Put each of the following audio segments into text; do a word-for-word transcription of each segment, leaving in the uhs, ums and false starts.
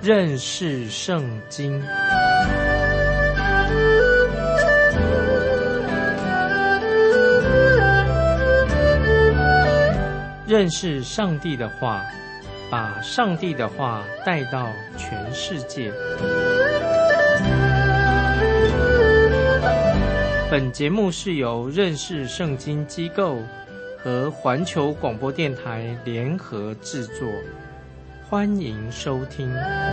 认识圣经。认识上帝的话，把上帝的话带到全世界。本节目是由认识圣经机构和环球广播电台联合制作，欢迎收听。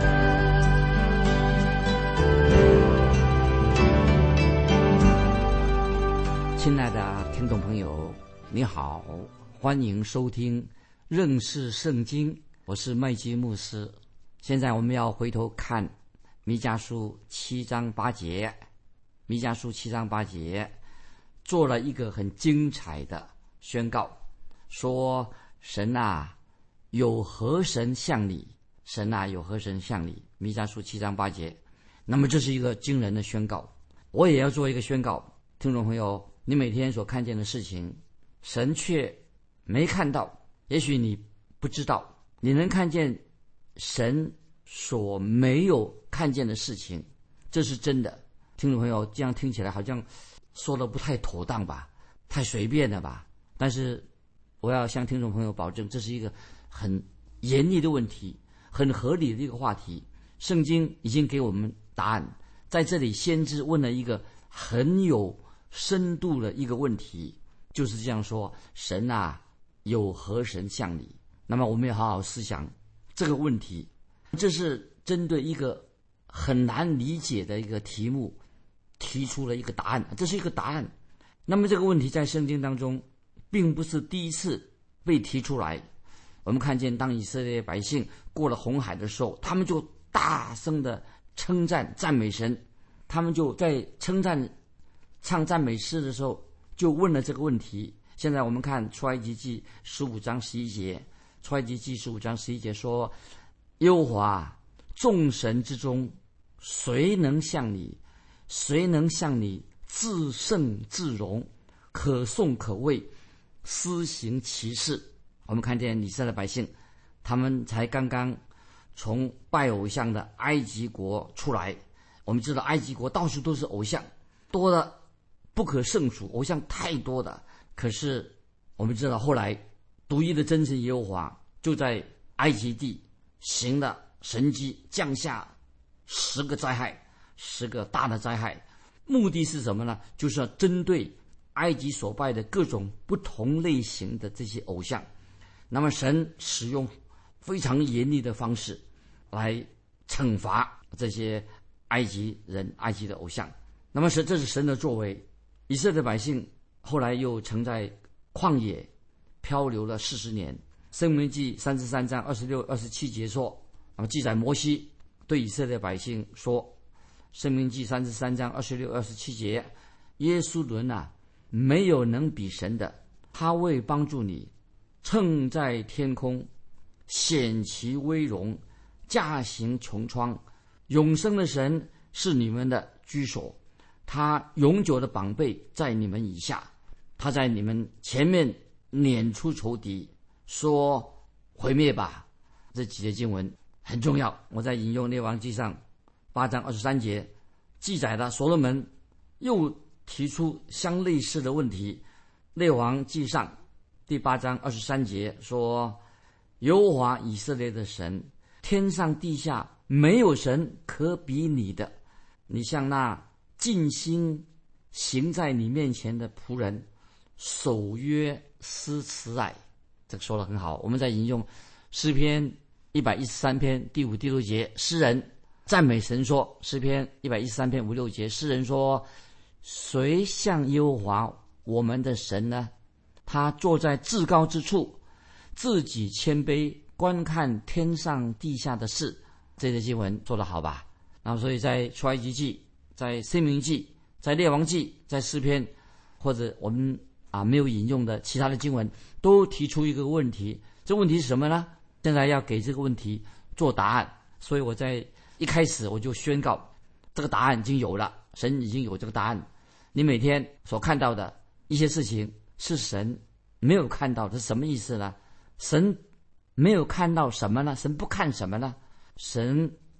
亲爱的听众朋友，你好，欢迎收听认识圣经，我是麦基牧师。现在我们要回头看弥迦书七章八节，弥迦书七章八节做了一个很精彩的宣告，说神啊，有何神像你？神啊，有何神像你？弥迦书七章八节。那么这是一个惊人的宣告，我也要做一个宣告。听众朋友，你每天所看见的事情，神却没看到，也许你不知道，你能看见神所没有看见的事情，这是真的。听众朋友，这样听起来好像说的不太妥当吧，太随便了吧，但是我要向听众朋友保证，这是一个很严厉的问题，很合理的一个话题。圣经已经给我们答案，在这里先知问了一个很有深度的一个问题，就是这样说，神啊，有何神像你？那么我们要好好思想这个问题，这是针对一个很难理解的一个题目提出了一个答案，这是一个答案。那么这个问题在圣经当中并不是第一次被提出来。我们看见当以色列百姓过了红海的时候，他们就大声的称赞赞美神，他们就在称赞唱赞美诗的时候就问了这个问题。现在我们看出埃及记十五章十一节，出埃及记十五章十一节说，耶和华众神之中，谁能像你？谁能像你至圣至荣，可颂可畏，施行奇事？我们看见以色列百姓，他们才刚刚从拜偶像的埃及国出来。我们知道埃及国到处都是偶像，多的不可胜数，偶像太多的。可是我们知道后来独一的真神耶和华就在埃及地行了神迹，降下十个灾害，十个大的灾害，目的是什么呢？就是要针对埃及所拜的各种不同类型的这些偶像。那么神使用非常严厉的方式来惩罚这些埃及人，埃及的偶像。那么神，这是神的作为。以色列百姓后来又曾在旷野漂流了四十年。申命记三十三章二十六、二十七节说，那么记载摩西对以色列百姓说，申命记三十三章二十六、二十七节，耶稣伦啊，没有能比神的，他为帮助你，乘在天空，显其威荣，驾行穹苍，永生的神是你们的居所，他永久的膀臂在你们以下，他在你们前面撵出仇敌，说毁灭吧。这几节经文很重要，我在引用列王纪上八章二十三节记载了所罗门又提出相类似的问题。列王纪上第八章二十三节说，耶和华以色列的神，天上地下没有神可比你的，你像那尽心行在你面前的仆人，守约施慈爱。这个说得很好。我们在引用诗篇一百一十三篇第五第六节，诗人赞美神说，诗篇一百一十三篇五六节，诗人说，谁像耶和华我们的神呢？他坐在至高之处，自己谦卑，观看天上地下的事。这些经文说得好吧？然后所以在出埃及记，在申命记，在列王记，在诗篇，或者我们啊没有引用的其他的经文，都提出一个问题。这问题是什么呢？现在要给这个问题做答案。所以我在一开始我就宣告，这个答案已经有了，神已经有这个答案。你每天所看到的一些事情是神没有看到的，是什么意思呢？神没有看到什么呢？神不看什么呢？神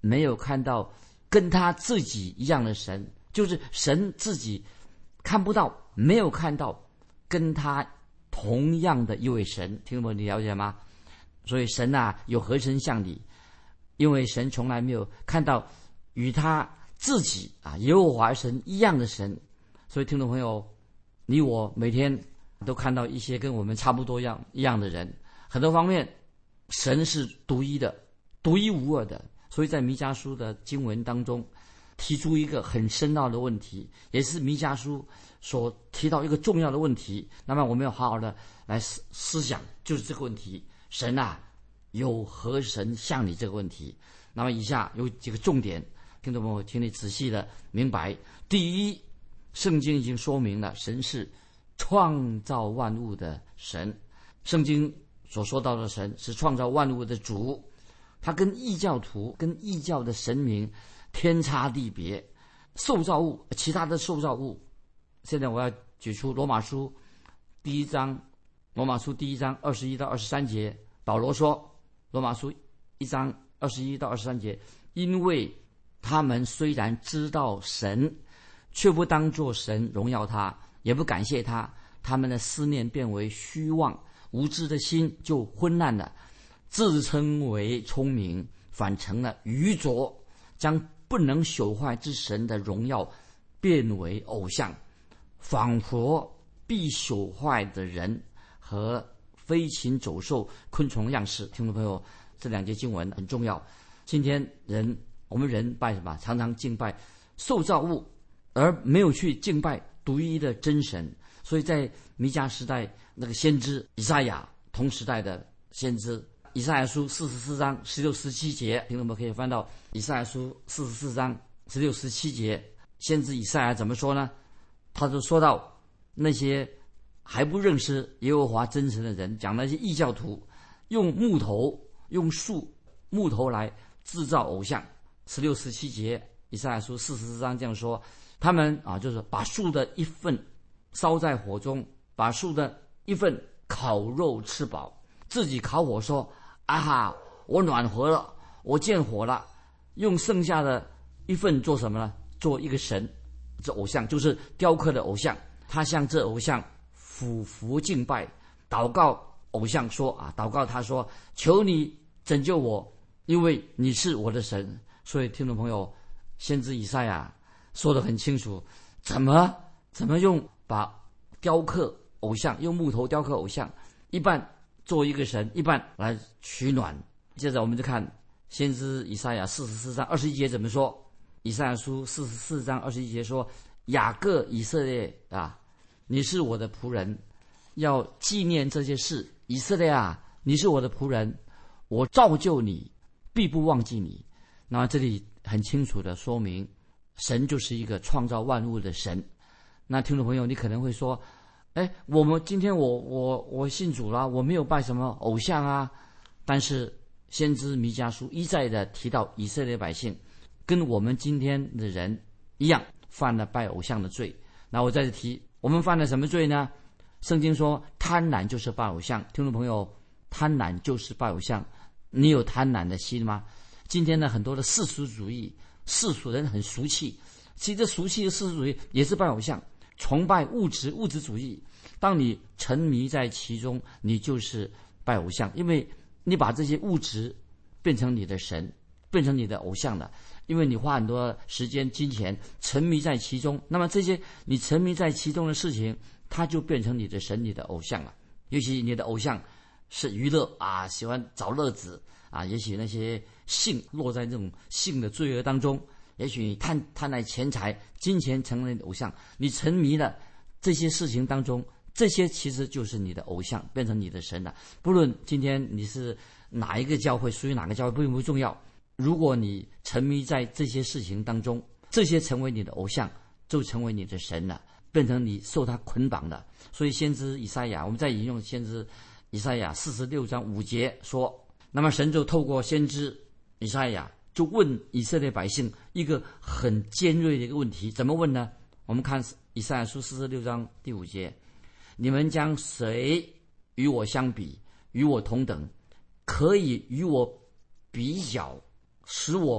没有看到跟他自己一样的神，就是神自己看不到，没有看到跟他同样的一位神。听懂你了解吗？所以神啊有何神像你？因为神从来没有看到与他自己啊耶和华神一样的神。所以听众朋友，你我每天都看到一些跟我们差不多一样一样的人，很多方面神是独一的，独一无二的。所以在弥迦书的经文当中提出一个很深奥的问题，也是弥迦书所提到一个重要的问题。那么我们要好好的来思思想，就是这个问题，神啊有何神像你这个问题。那么以下有几个重点，听众朋友请你仔细的明白。第一，圣经已经说明了神是创造万物的神，圣经所说到的神是创造万物的主，他跟异教徒跟异教的神明天差地别。受造物，其他的受造物，现在我要举出罗马书第一章，罗马书第一章二十一到二十三节，保罗说，罗马书一章二十一到二十三节，因为他们虽然知道神，却不当作神荣耀他，也不感谢他，他们的思念变为虚妄，无知的心就昏暗了，自称为聪明，反成了愚拙，将不能朽坏之神的荣耀变为偶像，仿佛必朽坏的人和飞禽走兽昆虫样式。听众朋友，这两节经文很重要。今天人我们人拜什么？常常敬拜受造物，而没有去敬拜独一的真神。所以在弥迦时代，那个先知以赛亚，同时代的先知以赛亚书四十四章十六十七节，听众们可以翻到以赛亚书四十四章十六十七节，先知以赛亚怎么说呢？他就说到那些还不认识耶和华真神的人，讲那些异教徒用木头用树木头来制造偶像。十六十七节以赛亚书四十四章这样说，他们啊就是把树的一份烧在火中，把树的一份烤肉吃饱，自己烤火说，啊哈，我暖和了，我见火了，用剩下的一份做什么呢？做一个神，这偶像就是雕刻的偶像。他向这偶像俯伏敬拜，祷告偶像说啊，祷告他说，求你拯救我，因为你是我的神。所以听众朋友，先知以赛亚说得很清楚，怎么怎么用把雕刻偶像，用木头雕刻偶像，一半做一个神，一半来取暖。接着我们就看先知以赛亚四十四章二十一节怎么说。以赛亚书四十四章二十一节说，雅各以色列啊，你是我的仆人，要纪念这些事。以色列啊，你是我的仆人，我造就你，必不忘记你。那这里很清楚的说明，神就是一个创造万物的神。那听众朋友，你可能会说，哎，我们今天我我我信主了，我没有拜什么偶像啊。但是先知弥迦书一再的提到，以色列百姓跟我们今天的人一样，犯了拜偶像的罪。那我再次提，我们犯了什么罪呢？圣经说贪婪就是拜偶像。听众朋友，贪婪就是拜偶像，你有贪婪的心吗？今天呢，很多的世俗主义，世俗人很俗气，其实这俗气的世俗主义也是拜偶像，崇拜物质物质主义。当你沉迷在其中，你就是拜偶像，因为你把这些物质变成你的神，变成你的偶像了。因为你花很多时间金钱沉迷在其中，那么这些你沉迷在其中的事情，它就变成你的神，你的偶像了。尤其你的偶像是娱乐啊，喜欢找乐子啊，也许那些性落在这种性的罪恶当中，也许你贪贪爱钱财，金钱成为你的偶像，你沉迷了这些事情当中，这些其实就是你的偶像，变成你的神了。不论今天你是哪一个教会，属于哪个教会并不重要，如果你沉迷在这些事情当中，这些成为你的偶像，就成为你的神了，变成你受他捆绑的。所以先知以赛亚，我们再引用先知以赛亚四十六章五节说，那么神就透过先知以赛亚就问以色列百姓一个很尖锐的一个问题，怎么问呢？我们看以赛亚书四十六章第五节，你们将谁与我相比，与我同等，可以与我比较，使我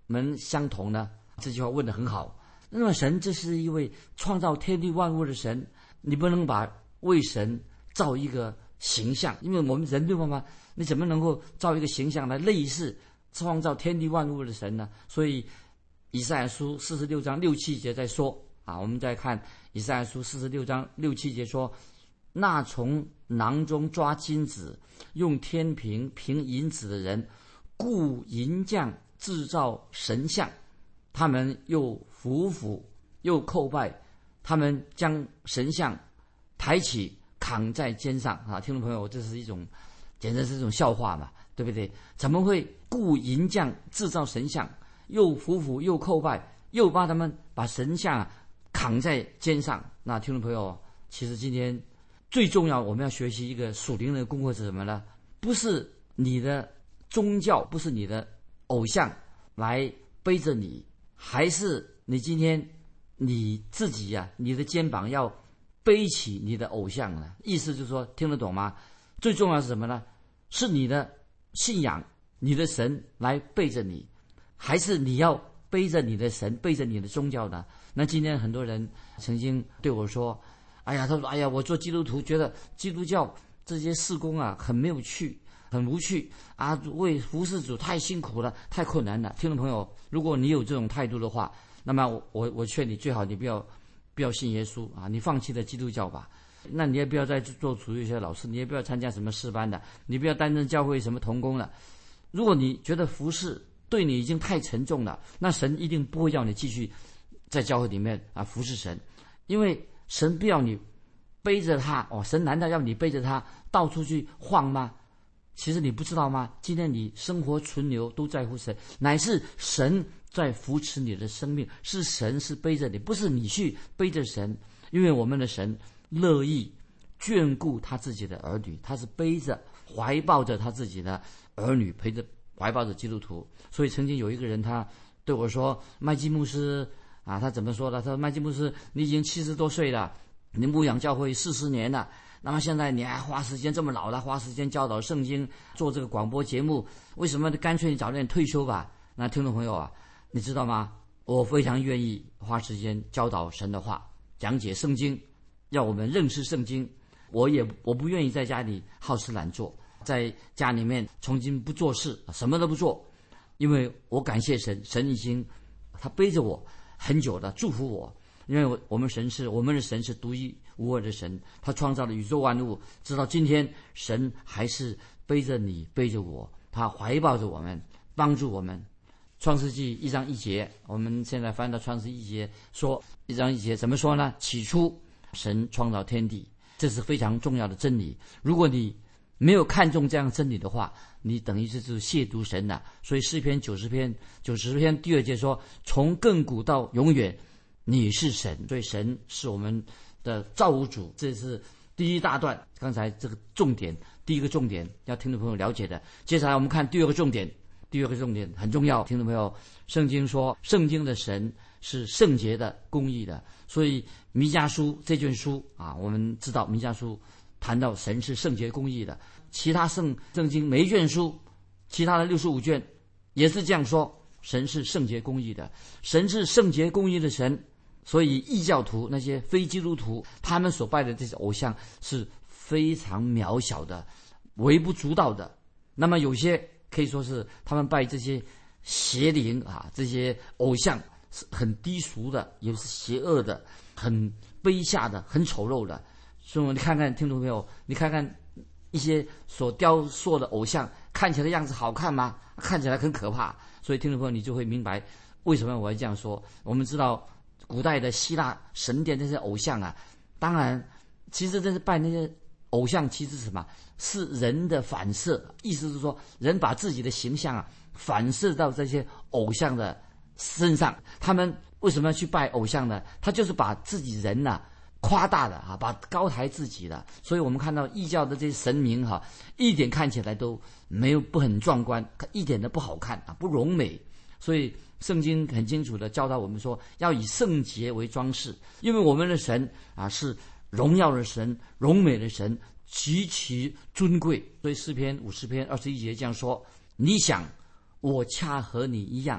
们相同呢？这句话问得很好。那么神这是一位创造天地万物的神，你不能把为神造一个形象，因为我们人没有办法，你怎么能够造一个形象来类似创造天地万物的神呢？所以以赛亚书四十六章六七节在说啊，我们再看以赛亚书四十六章六七节说，那从囊中抓金子，用天平平银子的人，雇银匠制造神像，他们又俯俯又叩拜，他们将神像抬起扛在肩上啊！听众朋友，这是一种简直是一种笑话嘛，对不对？怎么会雇银匠制造神像，又俯俯又叩拜，又把他们把神像扛在肩上？那听众朋友，其实今天最重要我们要学习一个属灵的功课是什么呢？不是你的宗教，不是你的偶像来背着你，还是你今天你自己呀、啊，你的肩膀要背起你的偶像呢？意思就是说，听得懂吗？最重要是什么呢？是你的信仰，你的神来背着你，还是你要背着你的神，背着你的宗教呢？那今天很多人曾经对我说，哎呀，他说，哎呀，我做基督徒觉得基督教这些事工啊很没有趣，很无趣啊，为服侍主太辛苦了，太困难了。听众朋友，如果你有这种态度的话，那么我我我劝你最好你不要不要信耶稣啊，你放弃了基督教吧。那你也不要再做主日学老师，你也不要参加什么诗班的，你不要担任教会什么同工了。如果你觉得服侍对你已经太沉重了，那神一定不会要你继续在教会里面啊服侍神，因为神不要你背着他哦，神难道要你背着他到处去晃吗？其实你不知道吗？今天你生活存留都在乎神，乃是神在扶持你的生命，是神是背着你，不是你去背着神。因为我们的神乐意眷顾他自己的儿女，他是背着怀抱着他自己的儿女，陪着怀抱着基督徒。所以曾经有一个人他对我说，麦基牧师啊，他怎么说的？他说，麦基牧师，你已经七十多岁了，你牧养教会四十年了，那么现在你还花时间，这么老了花时间教导圣经，做这个广播节目，为什么干脆你早点退休吧？那听众朋友啊，你知道吗？我非常愿意花时间教导神的话，讲解圣经，要我们认识圣经。我也我不愿意在家里好吃懒做，在家里面从今不做事，什么都不做，因为我感谢神，神已经他背着我很久了，祝福我。因为我们神是我们的神是独一无二的神，他创造了宇宙万物，直到今天神还是背着你背着我，他怀抱着我们，帮助我们。创世纪一章一节，我们现在翻到创世纪一节，说一章一节怎么说呢？起初神创造天地，这是非常重要的真理。如果你没有看重这样真理的话，你等于就是亵渎神了。所以诗篇九十篇九十篇第二节说，从亘古到永远你是神。所以神是我们的造物主，这是第一大段。刚才这个重点，第一个重点要听众朋友了解的。接下来我们看第二个重点，第二个重点很重要，听众朋友，圣经说圣经的神是圣洁的、公义的。所以弥迦书这卷书啊，我们知道弥迦书谈到神是圣洁公义的，其他圣圣经每一卷书，其他的六十五卷也是这样说，神是圣洁公义的，神是圣洁公义的神。所以异教徒那些非基督徒，他们所拜的这些偶像是非常渺小的、微不足道的。那么有些可以说是他们拜这些邪灵啊，这些偶像是很低俗的，也是邪恶的，很卑下的，很丑陋的。所以你看看听众朋友，你看看一些所雕塑的偶像，看起来样子好看吗？看起来很可怕。所以听众朋友，你就会明白为什么我要这样说。我们知道古代的希腊神殿这些偶像啊，当然其实这是拜那些偶像，其实是什么？是人的反射，意思是说人把自己的形象啊反射到这些偶像的身上。他们为什么要去拜偶像呢？他就是把自己人呐、啊、夸大了啊，把高抬自己的。所以我们看到异教的这些神明哈、啊，一点看起来都没有不很壮观，一点都不好看啊，不荣美。所以圣经很清楚的教导我们说，要以圣洁为装饰，因为我们的神啊是荣耀的神、荣美的神，极其尊贵。所以诗篇五十篇二十一节这样说：你想我恰和你一样。这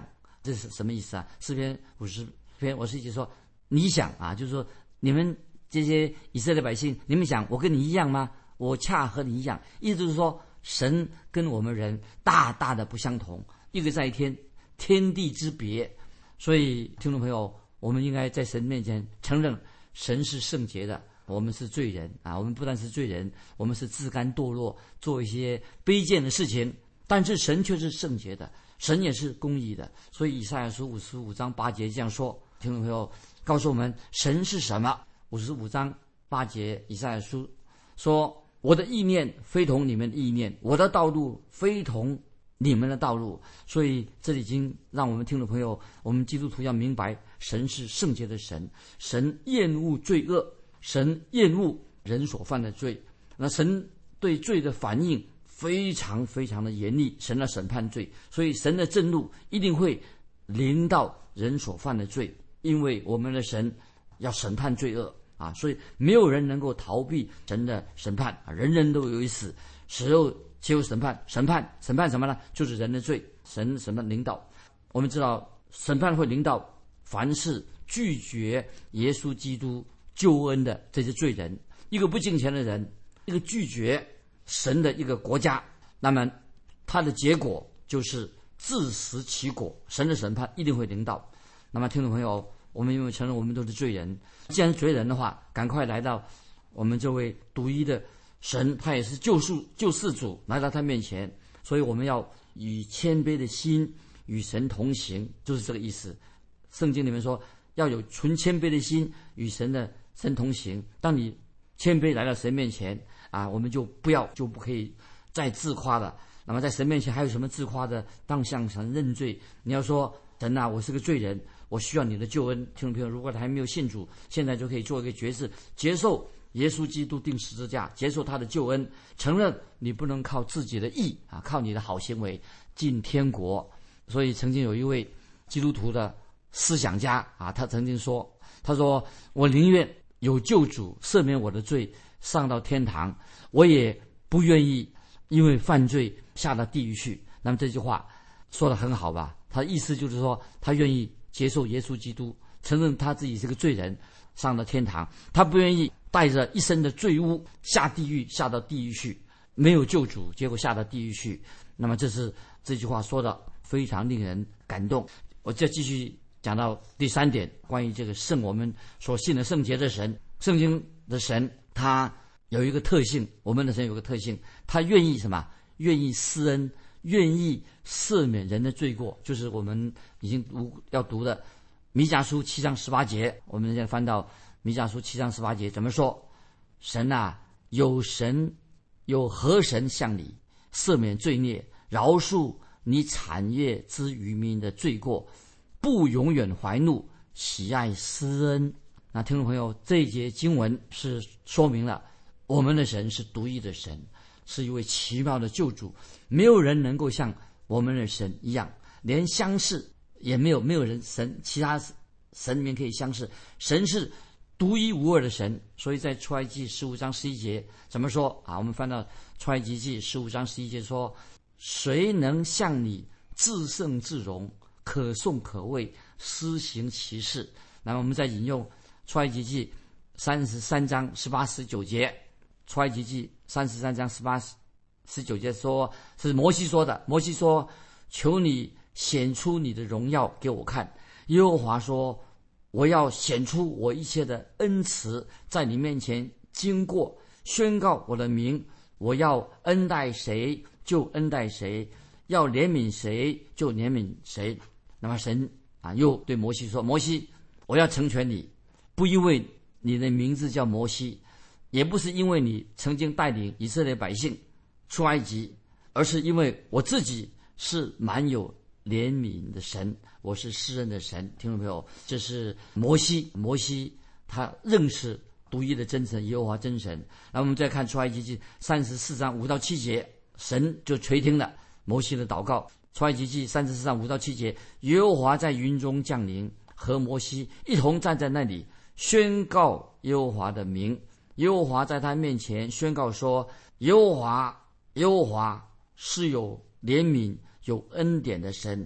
这是什么意思啊？诗篇五十篇我是一直说，你想啊，就是说你们这些以色列百姓，你们想我跟你一样吗？我恰和你一样。意思就是说，神跟我们人大大的不相同，一个在天，天地之别。所以听众朋友，我们应该在神面前承认神是圣洁的，我们是罪人啊！我们不但是罪人，我们是自甘堕落，做一些卑贱的事情，但是神却是圣洁的，神也是公义的。所以以赛亚书五十五章八节这样说，听众朋友告诉我们神是什么。五十五章八节以赛亚书说，我的意念非同你们的意念，我的道路非同你们的道路。所以这里已经让我们听众朋友，我们基督徒要明白，神是圣洁的神，神厌恶罪恶，神厌恶人所犯的罪。那神对罪的反应非常非常的严厉，神要审判罪，所以神的震怒一定会临到人所犯的罪，因为我们的神要审判罪恶啊，所以没有人能够逃避神的审判啊，人人都有一死，死后且有审判，审判审判什么呢？就是人的罪，神审判临到。我们知道审判会临到凡是拒绝耶稣基督救恩的这些罪人，一个不敬虔的人，一个拒绝神的一个国家，那么他的结果就是自食其果，神的审判一定会临到。那么听众朋友，我们因为承认我们都是罪人，既然是罪人的话，赶快来到我们这位独一的神，他也是救赎救世主，来到他面前，所以我们要以谦卑的心与神同行，就是这个意思。圣经里面说要有纯谦卑的心与神的神同行。当你谦卑来到神面前啊，我们就不要就不可以再自夸了。那么在神面前还有什么自夸的？当向神认罪，你要说神啊，我是个罪人，我需要你的救恩。听众朋友，如果他还没有信主，现在就可以做一个决志，接受耶稣基督钉十字架，接受他的救恩，承认你不能靠自己的义啊，靠你的好行为进天国。所以曾经有一位基督徒的思想家啊，他曾经说，他说我宁愿有救主赦免我的罪上到天堂，我也不愿意因为犯罪下到地狱去。那么这句话说得很好吧，他意思就是说他愿意接受耶稣基督，承认他自己是个罪人，上了天堂，他不愿意带着一身的罪污下地狱，下到地狱去，没有救主，结果下到地狱去。那么这是这句话说的非常令人感动。我再继续讲到第三点，关于这个圣我们所信的圣洁的神。圣经的神他有一个特性，我们的神有个特性，他愿意什么？愿意施恩，愿意赦免人的罪过，就是我们已经读要读的弥迦书七章十八节。我们现在翻到弥迦书七章十八节，怎么说？神啊，有神有何神向你赦免罪孽，饶恕你产业之渔民的罪过，不永远怀怒，喜爱施恩。那听众朋友，这一节经文是说明了我们的神是独一的神，是一位奇妙的救主，没有人能够像我们的神一样，连相似也没有，没有人神其他神里面可以相似。神是独一无二的神，所以在出埃及十五章十一节怎么说啊？我们翻到出埃及记十五章十一节说，谁能向你至圣至荣，可颂可畏，施行其事？那么我们再引用出埃及记三十三章十八十九节，出埃及记三十三章十八十九节说，是摩西说的。摩西说，求你显出你的荣耀给我看。耶和华说，我要显出我一切的恩慈，在你面前经过，宣告我的名。我要恩待谁就恩待谁，要怜悯谁就怜悯谁。那么神啊，又对摩西说，摩西，我要成全你，不因为你的名字叫摩西，也不是因为你曾经带领以色列百姓出埃及，而是因为我自己是满有怜悯的神，我是施恩的神。听众朋友，这是摩西，摩西他认识独一的真神耶和华真神。然后我们再看出埃及记三十四章五到七节，神就垂听了摩西的祷告。出埃及记三十四章五到七节，耶和华在云中降临，和摩西一同站在那里，宣告耶和华的名。耶和华在他面前宣告说，耶和华耶和华是有怜悯有恩典的神，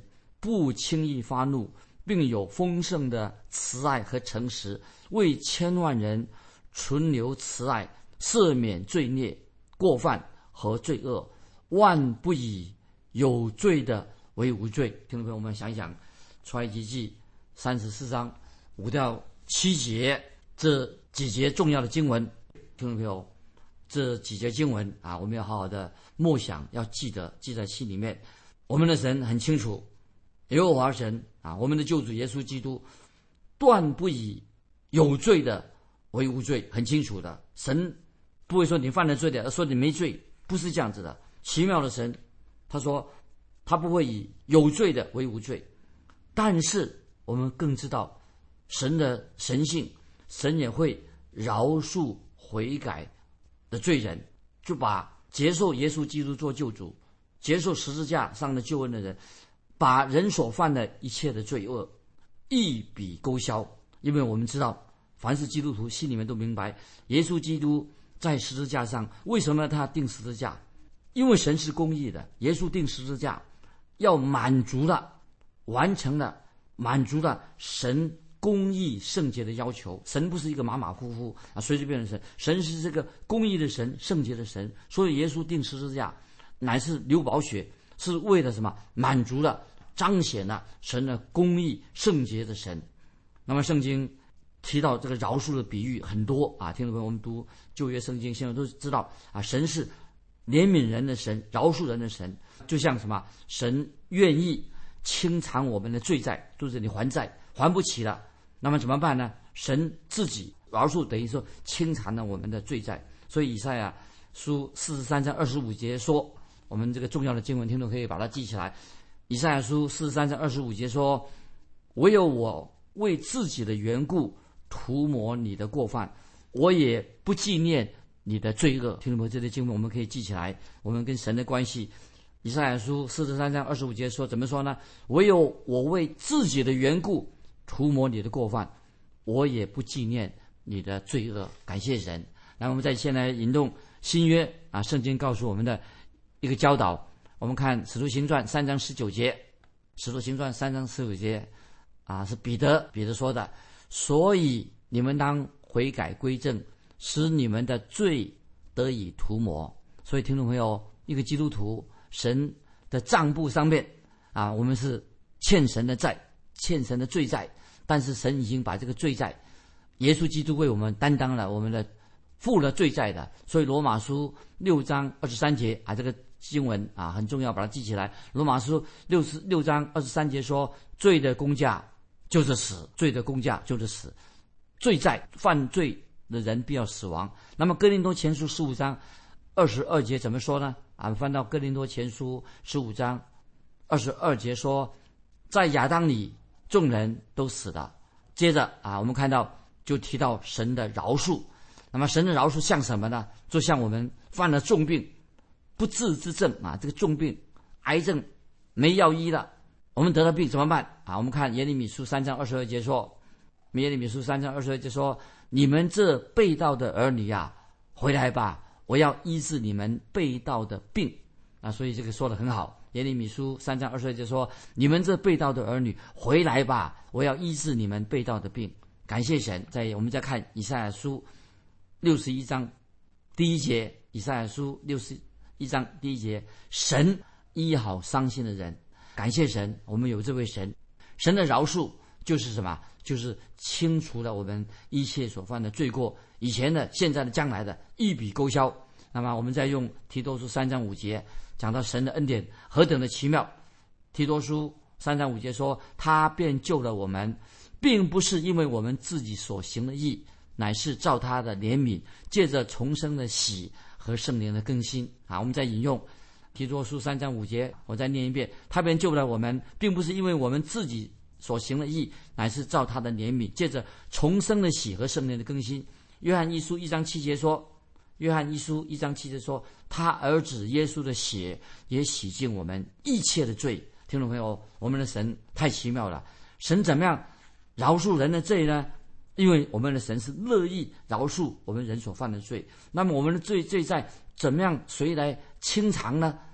不轻易发怒，并有丰盛的慈爱和诚实，为千万人存留慈爱，赦免罪孽、过犯和罪恶，万不以有罪的为无罪。听众朋友，我们想一想出埃及记三十四章五到七节这几节重要的经文，听众朋友，这几节经文啊，我们要好好的默想，要记得记在心里面。我们的神很清楚，耶和华神啊，我们的救主耶稣基督断不以有罪的为无罪，很清楚的。神不会说你犯了罪的，而说你没罪，不是这样子的。奇妙的神，他说他不会以有罪的为无罪。但是我们更知道神的神性，神也会饶恕悔改的罪人，就把接受耶稣基督做救主，接受十字架上的救恩的人，把人所犯的一切的罪恶一笔勾销。因为我们知道凡是基督徒心里面都明白，耶稣基督在十字架上为什么他定十字架，因为神是公义的，耶稣定十字架要满足了完成了满足了神公义圣洁的要求。神不是一个马马虎虎啊随随便的神，神是这个公义的神，圣洁的神。所以耶稣定十字架乃是流宝血，是为了什么？满足了彰显了神的公义圣洁的神。那么圣经提到这个饶恕的比喻很多啊，听众朋友，我们读旧约圣经现在都知道啊，神是怜悯人的神，饶恕人的神。就像什么？神愿意清偿我们的罪债，就是你还债还不起了，那么怎么办呢？神自己饶恕，等于说清偿了我们的罪债。所以以赛亚书四十三章二十五节说，我们这个重要的经文听众可以把它记起来。以赛亚书四十三章二十五节说，唯有我为自己的缘故涂抹你的过犯，我也不纪念你的罪恶。听众朋友，这些经文我们可以记起来，我们跟神的关系。以赛亚书四十三章二十五节说，怎么说呢？唯有我为自己的缘故涂抹你的过犯，我也不纪念你的罪恶。感谢神。那我们再先来引用新约啊，圣经告诉我们的一个教导。我们看使徒行传三章十九节，使徒行传三章十九节啊，是彼得彼得说的，所以你们当悔改归正，使你们的罪得以涂抹。所以听众朋友，一个基督徒，神的账簿上面啊，我们是欠神的债，欠神的罪债，但是神已经把这个罪债，耶稣基督为我们担当了我们的付了罪债的。所以罗马书六章二十三节啊，这个经文啊很重要，把它记起来。罗马书六十六章二十三节说，罪的工价就是死，罪的工价就是死，罪债犯罪的人必要死亡。那么哥林多前书十五章二十二节怎么说呢？啊，翻到哥林多前书十五章二十二节说，在亚当里众人都死了。接着啊，我们看到就提到神的饶恕。那么神的饶恕像什么呢？就像我们犯了重病，不治之症啊，这个重病癌症没药医了，我们得了病怎么办啊？我们看耶利米书三章二十二节说，耶利米书三章二十二节说，你们这背道的儿女啊，回来吧，我要医治你们背道的病啊。所以这个说得很好。耶利米书三章二十二节说，你们这背道的儿女回来吧，我要医治你们背道的病。感谢神。在我们再看以赛亚书六十一章第一节，以赛亚书六十一章第一节，神医好伤心的人。感谢神，我们有这位神。神的饶恕就是什么？就是清除了我们一切所犯的罪过，以前的、现在的、将来的，一笔勾销。那么我们再用提多书三章五节讲到神的恩典何等的奇妙。提多书三章五节说，他便救了我们，并不是因为我们自己所行的义，乃是照他的怜悯，借着重生的喜和圣灵的更新啊。我们再引用提多书三章五节，我再念一遍，他便救了我们，并不是因为我们自己所行的义，乃是照他的怜悯，借着重生的喜和圣灵的更新。约翰一书一章七节说，约翰一书一章七节说，他儿子耶稣的血也洗净我们一切的罪。听众朋友，我们的神太奇妙了。神怎么样饶恕人的罪呢？因为我们的神是乐意饶恕我们人所犯的罪。那么我们的罪罪债怎么样谁来清偿呢？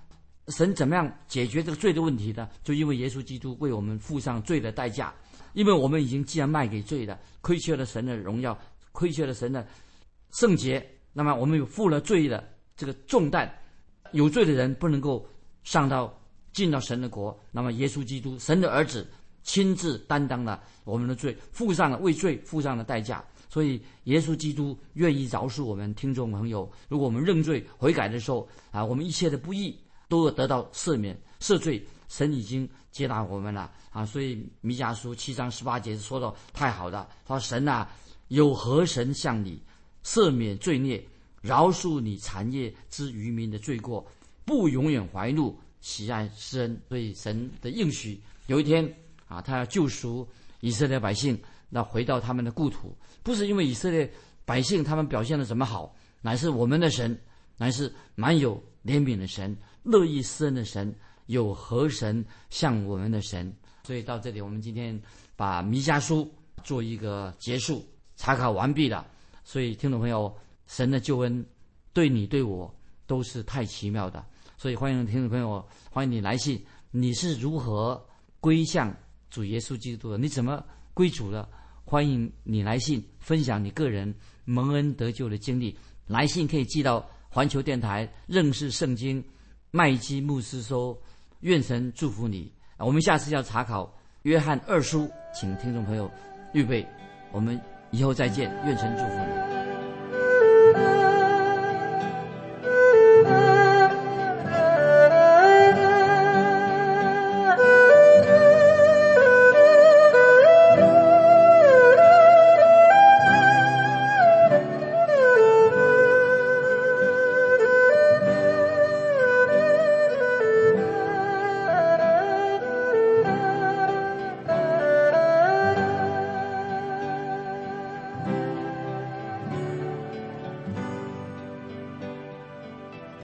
神怎么样解决这个罪的问题呢？就因为耶稣基督为我们付上罪的代价，因为我们已经既然卖给罪了，亏缺了神的荣耀，亏缺了神的圣洁，那么我们有负了罪的这个重担，有罪的人不能够上到进到神的国，那么耶稣基督神的儿子亲自担当了我们的罪，付上了为罪付上了代价。所以耶稣基督愿意饶恕我们听众朋友，如果我们认罪悔改的时候啊，我们一切的不义都会得到赦免赦罪，神已经接纳我们了啊！所以弥迦书七章十八节说到太好了，他说神啊，有何神向你赦免罪孽，饶恕你产业之渔民的罪过，不永远怀怒，喜爱施恩。所以神的应许有一天啊，他要救赎以色列百姓，那回到他们的故土，不是因为以色列百姓他们表现得怎么好，乃是我们的神，乃是满有怜悯的神，乐意施恩的神，有何神像我们的神？所以到这里，我们今天把弥迦书做一个结束，查考完毕了。所以听众朋友，神的救恩对你对我都是太奇妙的。所以欢迎听众朋友，欢迎你来信，你是如何归向主耶稣基督的？你怎么归主了？欢迎你来信分享你个人蒙恩得救的经历。来信可以寄到环球电台认识圣经麦基牧师收，愿神祝福你。我们下次要查考约翰二书，请听众朋友预备，我们以后再见，愿神祝福你。